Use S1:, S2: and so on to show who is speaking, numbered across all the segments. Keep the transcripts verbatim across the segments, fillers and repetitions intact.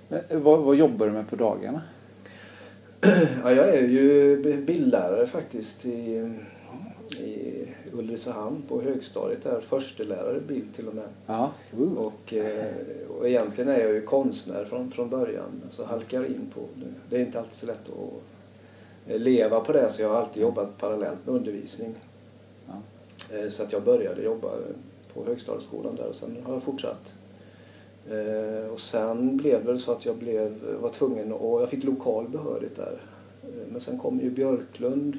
S1: Vad, vad jobbar du med på dagarna?
S2: Ja, jag är ju bildlärare faktiskt i, i Ulricehamn på högstadiet. Där förstelärare bild till och med.
S1: Ja. Uh.
S2: Och, och egentligen är jag ju konstnär från, från början. Så halkar in på det. Det är inte alltid så lätt att leva på det, så jag har alltid jobbat parallellt med undervisning.
S1: Ja.
S2: Så att jag började jobba på högstadieskolan där och sen har jag fortsatt. Och sen blev det så att jag blev, var tvungen och jag fick lokal behörighet där. Men sen kom ju Björklund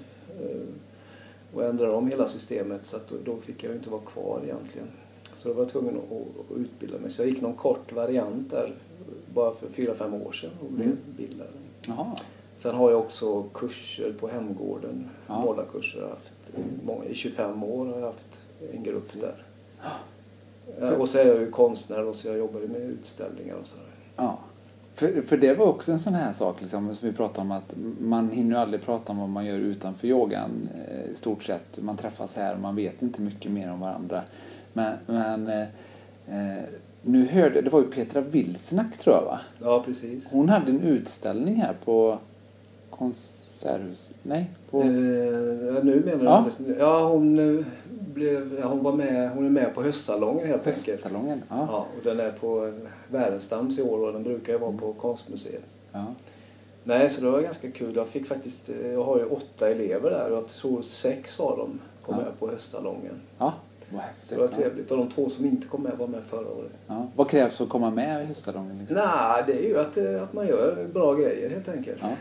S2: och ändrade om hela systemet, så att då fick jag ju inte vara kvar egentligen. Så då var jag tvungen att, att utbilda mig. Så jag gick någon kort variant där bara för fyra, fem år sedan och blev mm. bildare.
S1: Jaha.
S2: Sen har jag också kurser på Hemgården,
S1: ja.
S2: målarkurser. Haft många, i tjugofem år har jag haft en grupp där.
S1: För...
S2: Och så är jag ju konstnär och så jag jobbar ju med utställningar och sådär.
S1: Ja, för, för det var också en sån här sak liksom, som vi pratade om, att man hinner ju aldrig prata om vad man gör utanför yogan i stort sett. Man träffas här och man vet inte mycket mer om varandra. Men, men eh, nu hörde, det var ju Petra Wilsnack tror jag, va?
S2: Ja, precis.
S1: Hon hade en utställning här på Konserthus. Nej, på...
S2: Eh, nu menar
S1: ja.
S2: du? Ja, hon blev, ja, hon var med, hon är med på höstsalongen helt enkelt.
S1: Höstsalongen, ja.
S2: Ja, och den är på Värenstams i år och den brukar ju vara på Konstmuseet.
S1: Ja.
S2: Nej, så det var ganska kul. Jag fick faktiskt, jag har ju åtta elever där och jag tror sex av dem kom ja. med på höstsalongen.
S1: Ja, vad häftigt.
S2: Så det var trevligt. Och de två som inte kom med var med förra året.
S1: Ja. Vad krävs för att komma med i höstsalongen? Liksom?
S2: Nej, det är ju att, att man gör bra grejer helt enkelt. Ja.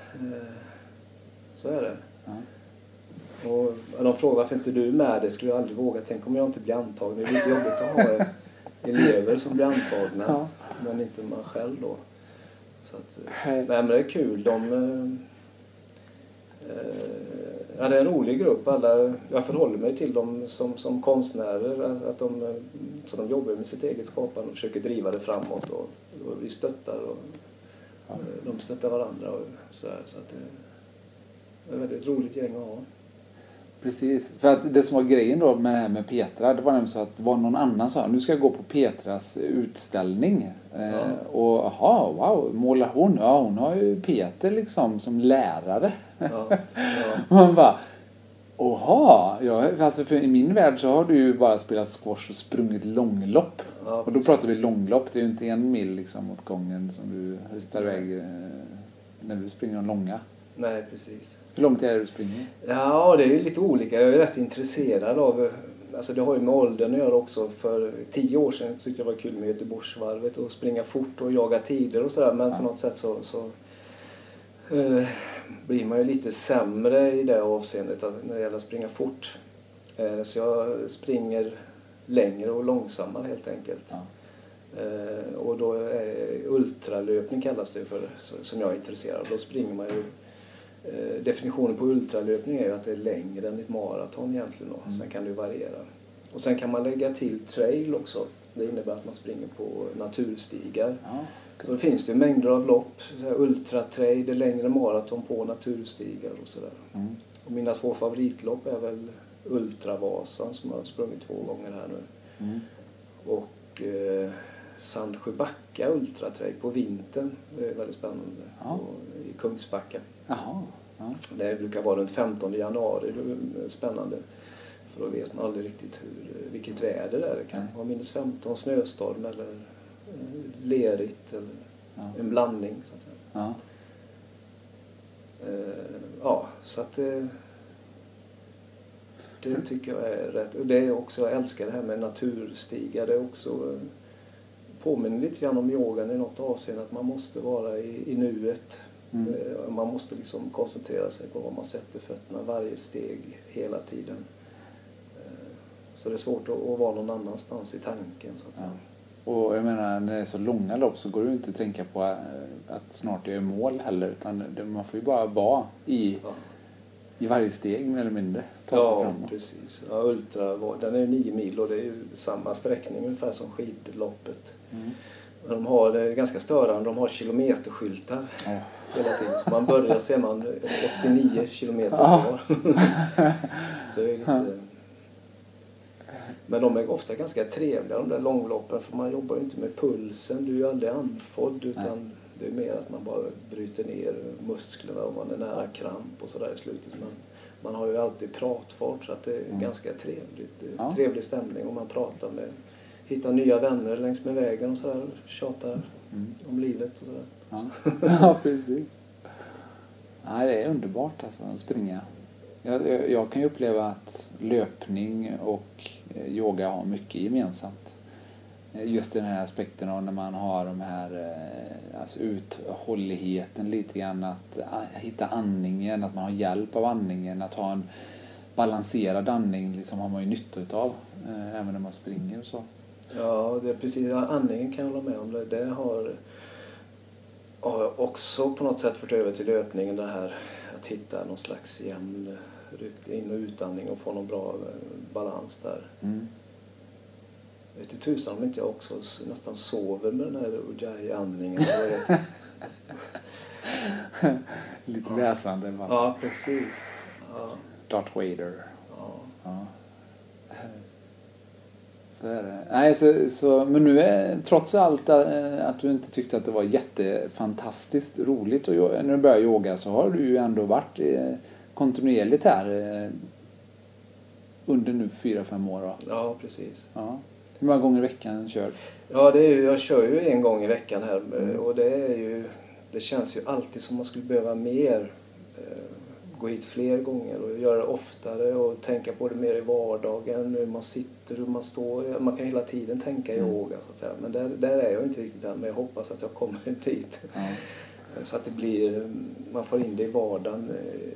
S2: Så är det.
S1: Ja.
S2: Och de frågar varför inte du är med, det skulle jag aldrig våga. Tänk om jag inte blir antagen. Det är lite jobbigt att ha elever som blir antagna. Ja. Men inte man själv då. Så att, nej, men det är kul. De, eh, ja, det är en rolig grupp. Alla, jag förhåller mig till dem som, som konstnärer. Att de, så de jobbar med sitt eget skapande och försöker driva det framåt. Och, och vi stöttar. Och, ja. De stöttar varandra. Och så här, så att det, det är ett väldigt roligt gäng att ha.
S1: Precis. För att det som var grejen då med det här med Petra, det var nämligen så att det var någon annan som sa, nu ska jag gå på Petras utställning. Ja. Eh, och aha, wow, målar hon? Ja, hon har ju Peter liksom som lärare. Ja. Ja. Man bara, oha, ja, alltså för i min värld så har du ju bara spelat squash och sprungit långlopp. Ja, och då pratar vi långlopp, det är ju inte en mil liksom mot gången som du höstar iväg eh, när du springer de långa.
S2: Nej, precis.
S1: Hur långt är det du springer?
S2: Ja, det är lite olika. Jag är rätt intresserad av, alltså det har ju med åldern att göra också. För tio år sedan tyckte jag det var kul med Göteborgsvarvet och springa fort och jaga tider och sådär. Men ja. på något sätt så, så eh, blir man ju lite sämre i det avseendet när det gäller att springa fort. Eh, så jag springer längre och långsammare helt enkelt. Ja. Eh, och då är ultralöpning kallas det för, som jag är intresserad av. Då springer man ju. Definitionen på ultralöpning är ju att det är längre än ett maraton egentligen då. Mm. Sen kan det ju variera. Och sen kan man lägga till trail också. Det innebär att man springer på naturstigar. Ja, så det finns det ju mängder av lopp. Ultratrail, det är längre maraton på naturstigar och sådär. Mm. Och mina två favoritlopp är väl Ultravasan som jag har sprungit två gånger här nu. Mm. Och eh, Sandsjöbacka ultratrail på vintern. Det är väldigt spännande. Ja. Och, i Kungsbacka.
S1: Jaha. Ja.
S2: Det brukar vara den femtonde januari. Det är spännande. För då vet man aldrig riktigt hur, vilket väder det är. Det kan Nej. vara minus femton, snöstorm eller lerigt. Eller ja. en blandning. Så att säga. Ja. Uh, ja, så att det, det tycker jag är rätt. Och det är också, jag älskar det här med naturstigar. Det är också påminner lite grann om yogan i något avseende. Att man måste vara i, i nuet. Mm. Man måste liksom koncentrera sig på vad man sätter fötterna varje steg hela tiden. Så det är svårt att, att vara någon annanstans i tanken så att säga.
S1: Ja. Och jag menar, när det är så långa lopp så går det ju inte att tänka på att snart är mål heller, utan man får ju bara vara i, ja. i varje steg mer eller mindre. Ta
S2: ja,
S1: sig framåt.
S2: Precis. Ja, ultra, den är ju nio mil och det är ju samma sträckning ungefär som skidloppet. Mm. Men de har, det är ganska störande, de har kilometerskyltar oh. hela tiden. Så man börjar ser man åttionio kilometer kvar. Så det är lite... Men de är ofta ganska trevliga de där långloppen, för man jobbar ju inte med pulsen, du är ju aldrig andfådd utan Det är mer att man bara bryter ner musklerna om man är nära kramp och sådär i slutet. Men man har ju alltid pratfart så att det är mm. ganska trevligt. Det är ja. trevlig stämning om man pratar med, hittar nya vänner längs med vägen och sådär. Tjatar mm. om livet och sådär.
S1: Ja, ja precis. Nej, det är underbart alltså att springa. Jag, jag, jag kan ju uppleva att löpning och yoga har mycket gemensamt. Just den här aspekten av när man har de här alltså uthålligheten lite grann, att hitta andningen, att man har hjälp av andningen, att ha en balanserad andning liksom har man ju nytta utav även när man springer och så.
S2: Ja, det är precis. Andningen kan jag hålla med om. Det, det har, har också på något sätt fört över till löpningen, det här att hitta någon slags jämn in- och utandning och få någon bra balans där. Mm. Jag vet inte tusan om inte jag också nästan sover med den här Ujjayi-andningen.
S1: Lite ja. väsande.
S2: Ja, precis. Ja.
S1: Darth Vader.
S2: Ja.
S1: Ja. Så är det. Nej, så, så, men nu är trots allt att du inte tyckte att det var jättefantastiskt roligt och när du började yoga så har du ju ändå varit kontinuerligt här under nu fyra, fem år då.
S2: Ja, precis.
S1: Ja. Hur många gånger i veckan kör?
S2: Ja, det är ju, jag kör ju en gång i veckan här mm. och det är ju, det känns ju alltid som man skulle behöva mer, eh, gå hit fler gånger och göra det oftare och tänka på det mer i vardagen, hur man sitter, hur man står. Man kan hela tiden tänka i mm. yoga så att säga, men där, där är jag inte riktigt än, men jag hoppas att jag kommer dit. Mm. Så att det blir, man får in det i vardagen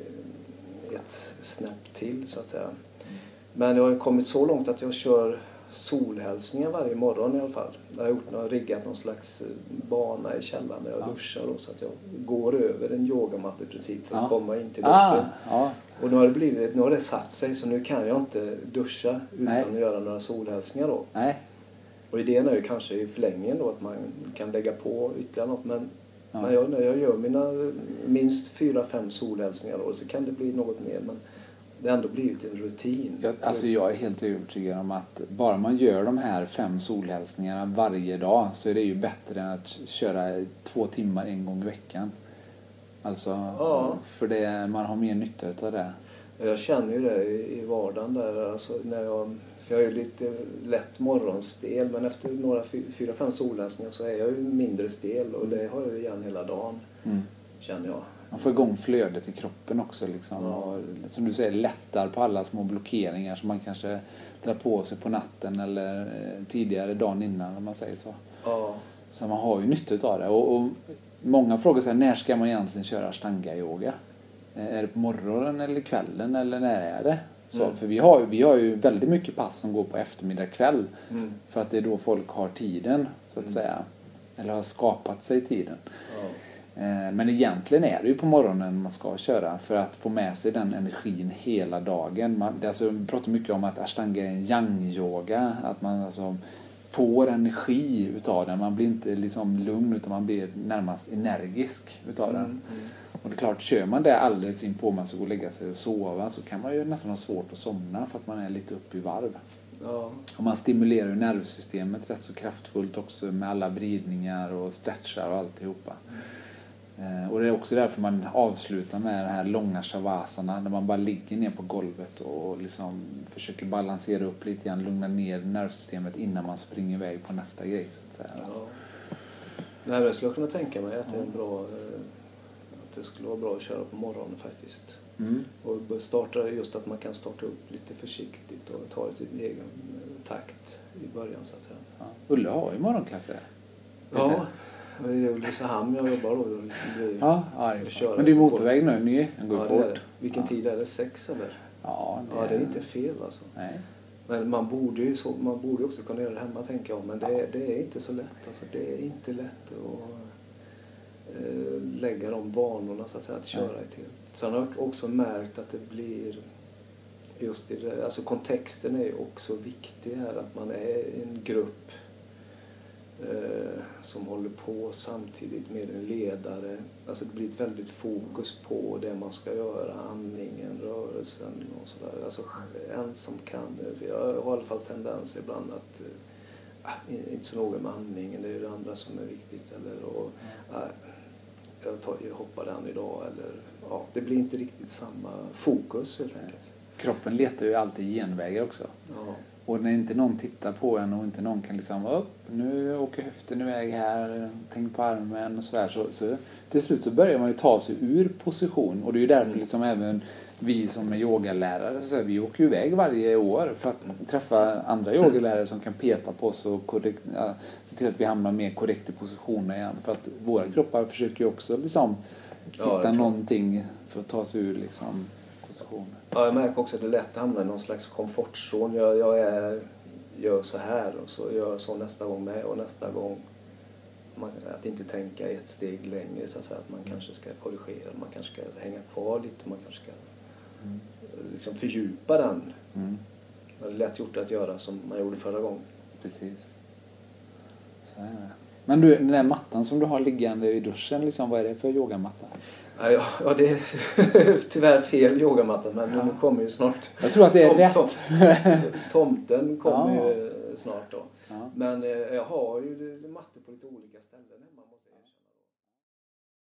S2: ett snäpp till så att säga. Mm. Men jag har kommit så långt att jag kör solhälsningar varje morgon i alla fall. Jag har gjort något, riggat någon slags bana i källaren där jag ja. duschar då, så att jag går över en yogamatt i princip för att ja. komma in till duschen. Ah, ja. Och nu har det blivit, nu har det satt sig så nu kan jag inte duscha utan Nej. att göra några solhälsningar då.
S1: Nej.
S2: Och idén är ju kanske i förlängningen då att man kan lägga på ytterligare något, men
S1: ja.
S2: när, jag, när jag gör mina minst fyra, fem solhälsningar då så kan det bli något mer, men det har ändå blivit en rutin.
S1: Jag, alltså jag är helt övertygad om att bara man gör de här fem solhälsningarna varje dag så är det ju bättre än att köra två timmar en gång i veckan. Alltså, ja. för det, man har mer nytta av det.
S2: Jag känner ju det i vardagen där. Alltså när jag, för jag är ju lite lätt morgonstel, men efter några fyra, fem solhälsningar så är jag ju mindre stel och det har jag igen hela dagen, mm. känner jag.
S1: Man får igång flödet i kroppen också liksom. Ja. Och, som du säger, lättar på alla små blockeringar som man kanske drar på sig på natten eller eh, tidigare dagen innan, om man säger så.
S2: Ja.
S1: Så man har ju nytta av det. Och, och många frågar sig, när ska man egentligen köra ashtanga-yoga? Eh, är det på morgonen eller kvällen eller när är det? Så, mm. För vi har, vi har ju väldigt mycket pass som går på eftermiddag kväll. Mm. För att det är då folk har tiden, så att mm. säga. Eller har skapat sig tiden.
S2: Ja.
S1: Men egentligen är det ju på morgonen man ska köra för att få med sig den energin hela dagen. Man, det alltså, vi pratar mycket om att ashtanga är en yang-yoga. Att man alltså får energi utav den. Man blir inte liksom lugn utan man blir närmast energisk utav den. Mm, mm. Och det är klart, kör man det alldeles in på man ska gå och lägga sig och sova så kan man ju nästan ha svårt att somna för att man är lite uppe i varv.
S2: Ja.
S1: Och man stimulerar ju nervsystemet rätt så kraftfullt också med alla vridningar och stretchar och alltihopa. Mm. Och det är också därför man avslutar med den här långa shavasana när man bara ligger ner på golvet och liksom försöker balansera upp lite grann, lugna ner nervsystemet innan man springer iväg på nästa grej så att säga.
S2: Ja. Nej, jag skulle kunna tänka mig att det är en bra, att det skulle vara bra att köra på morgonen faktiskt.
S1: Mm.
S2: Och starta just att man kan starta upp lite försiktigt och ta i sin egen takt i början så att säga.
S1: Ja. Ulle har ju morgonklasser.
S2: Ja. Det är Ulricehamn jag jobbar då. Det
S1: ja, ja det är men det är motorväg nu, ny. Den går
S2: ja,
S1: fort.
S2: Det. Vilken ja. tid är det? Sex eller?
S1: Ja, det,
S2: ja, det är inte fel alltså.
S1: Nej.
S2: Men man borde ju så, man borde också kunna göra det hemma tänker jag. Men det,
S1: ja.
S2: det är inte så lätt. Alltså, det är inte lätt att äh, lägga de vanorna så att säga, att köra ett helt. Sen har jag också märkt att det blir just i det, alltså kontexten är ju också viktig här. Att man är en grupp Eh, som håller på samtidigt med en ledare. Alltså det blir ett väldigt fokus på det man ska göra, andningen, rörelsen och sådär. Alltså ensam kan det. Jag har i alla fall tendens ibland att äh, inte så noga med andningen, det är det andra som är viktigt. Eller, och, äh, ta, hoppa den idag. Eller, ja, det blir inte riktigt samma fokus helt enkelt.
S1: Kroppen letar ju alltid genvägar också.
S2: Ja.
S1: Och när inte någon tittar på en och inte någon kan liksom upp, nu åker höften iväg här, tänk på armen och sådär. Så, så till slut så börjar man ju ta sig ur position. Och det är ju därför mm. liksom även vi som är yogalärare, så här, vi åker ju iväg varje år för att träffa andra yogalärare som kan peta på oss och korrekt, ja, se till att vi hamnar mer korrekt i positionen igen. För att våra kroppar försöker ju också liksom hitta ja, någonting för att ta sig ur liksom positionen.
S2: Ja, jag märker också att det är lätt att hamna i någon slags komfortzon. Jag, jag är, gör så här och så gör jag så nästa gång med och nästa gång. Man, att inte tänka ett steg längre så att, säga, att man mm. kanske ska korrigera, man kanske ska hänga kvar lite, man kanske ska mm. liksom fördjupa den. Mm. Det är lätt gjort att göra som man gjorde förra gången.
S1: Precis. Så är det. Men du, den där mattan som du har liggande i duschen, liksom, vad är det för yogamatta?
S2: Ja, ja, det är tyvärr fel yogamatta, men ja. Nu kommer ju snart.
S1: Jag tror att det är
S2: tom,
S1: rätt.
S2: Tom, tomten kommer ja. ju snart då. Ja. Men eh, jag har ju mattor på lite olika ställen hemma, måste jag.